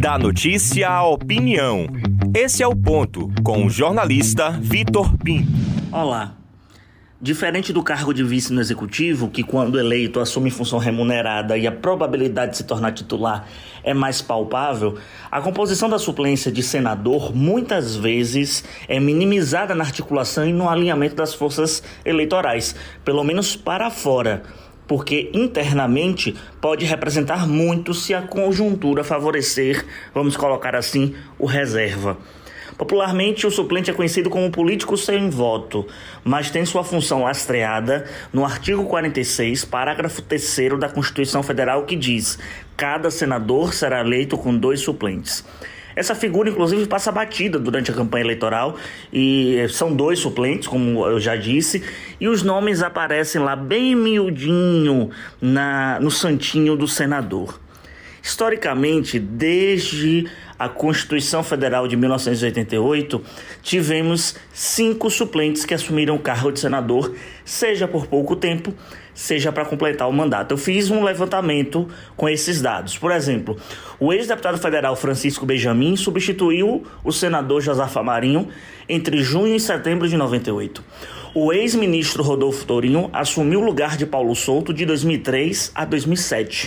Da notícia à opinião. Esse é o ponto, com o jornalista Vitor Pinto. Olá. Diferente do cargo de vice no executivo, que quando eleito assume função remunerada e a probabilidade de se tornar titular é mais palpável, a composição da suplência de senador muitas vezes é minimizada na articulação e no alinhamento das forças eleitorais, pelo menos para fora, porque internamente pode representar muito se a conjuntura favorecer, vamos colocar assim, o reserva. Popularmente, o suplente é conhecido como político sem voto, mas tem sua função lastreada no artigo 46, parágrafo 3º da Constituição Federal, que diz: cada senador será eleito com 2 suplentes. Essa figura, inclusive, passa batida durante a campanha eleitoral e são 2 suplentes, como eu já disse, e os nomes aparecem lá bem miudinho no santinho do senador. Historicamente, desde a Constituição Federal de 1988, tivemos 5 suplentes que assumiram o cargo de senador, seja por pouco tempo, seja para completar o mandato. Eu fiz um levantamento com esses dados. Por exemplo, o ex-deputado federal Francisco Benjamin substituiu o senador Josafa Marinho entre junho e setembro de 98. O ex-ministro Rodolfo Tourinho assumiu o lugar de Paulo Souto de 2003 a 2007.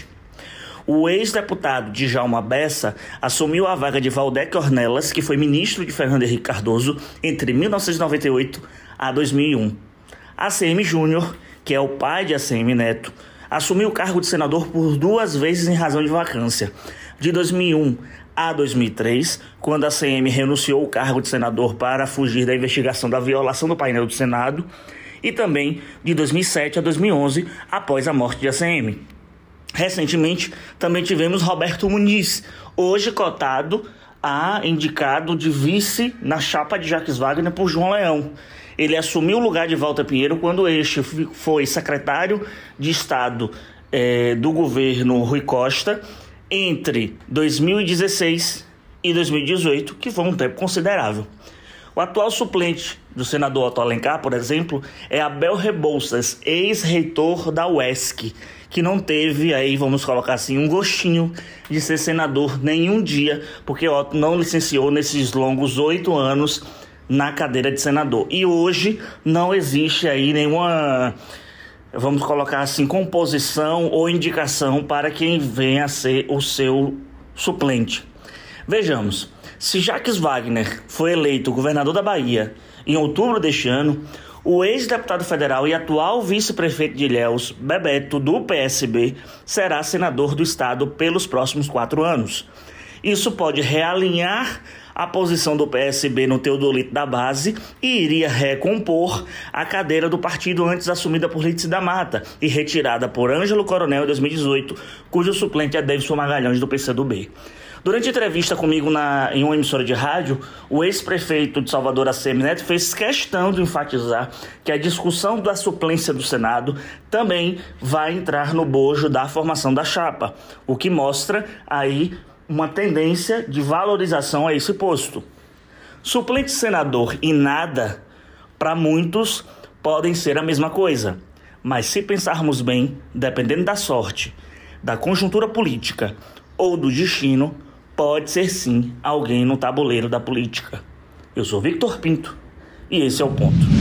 O ex-deputado Djalma Bessa assumiu a vaga de Valdec Ornelas, que foi ministro de Fernando Henrique Cardoso entre 1998 a 2001. ACM Júnior, que é o pai de ACM Neto, assumiu o cargo de senador por 2 vezes em razão de vacância, de 2001 a 2003, quando a ACM renunciou ao cargo de senador para fugir da investigação da violação do painel do Senado, e também de 2007 a 2011, após a morte de ACM. Recentemente, também tivemos Roberto Muniz, hoje cotado a indicado de vice na chapa de Jacques Wagner por João Leão. Ele assumiu o lugar de Walter Pinheiro quando este foi secretário de Estado do governo Rui Costa entre 2016 e 2018, que foi um tempo considerável. O atual suplente do senador Otto Alencar, por exemplo, é Abel Rebouças, ex-reitor da UESC, que não teve, aí vamos colocar assim, um gostinho de ser senador nenhum dia, porque Otto não licenciou nesses longos 8 anos na cadeira de senador. E hoje não existe aí nenhuma, vamos colocar assim, composição ou indicação para quem venha a ser o seu suplente. Vejamos, se Jacques Wagner foi eleito governador da Bahia em outubro deste ano, o ex-deputado federal e atual vice-prefeito de Ilhéus, Bebeto, do PSB, será senador do estado pelos próximos 4 anos. Isso pode realinhar a posição do PSB no teodolito da base e iria recompor a cadeira do partido antes assumida por Lídice da Mata e retirada por Ângelo Coronel em 2018, cujo suplente é Davidson Magalhães, do PCdoB. Durante entrevista comigo em uma emissora de rádio, o ex-prefeito de Salvador, ACM Neto, fez questão de enfatizar que a discussão da suplência do Senado também vai entrar no bojo da formação da chapa, o que mostra aí uma tendência de valorização a esse posto. Suplente senador e nada, para muitos, podem ser a mesma coisa, mas se pensarmos bem, dependendo da sorte, da conjuntura política ou do destino, pode ser sim alguém no tabuleiro da política. Eu sou Victor Pinto e esse é o ponto.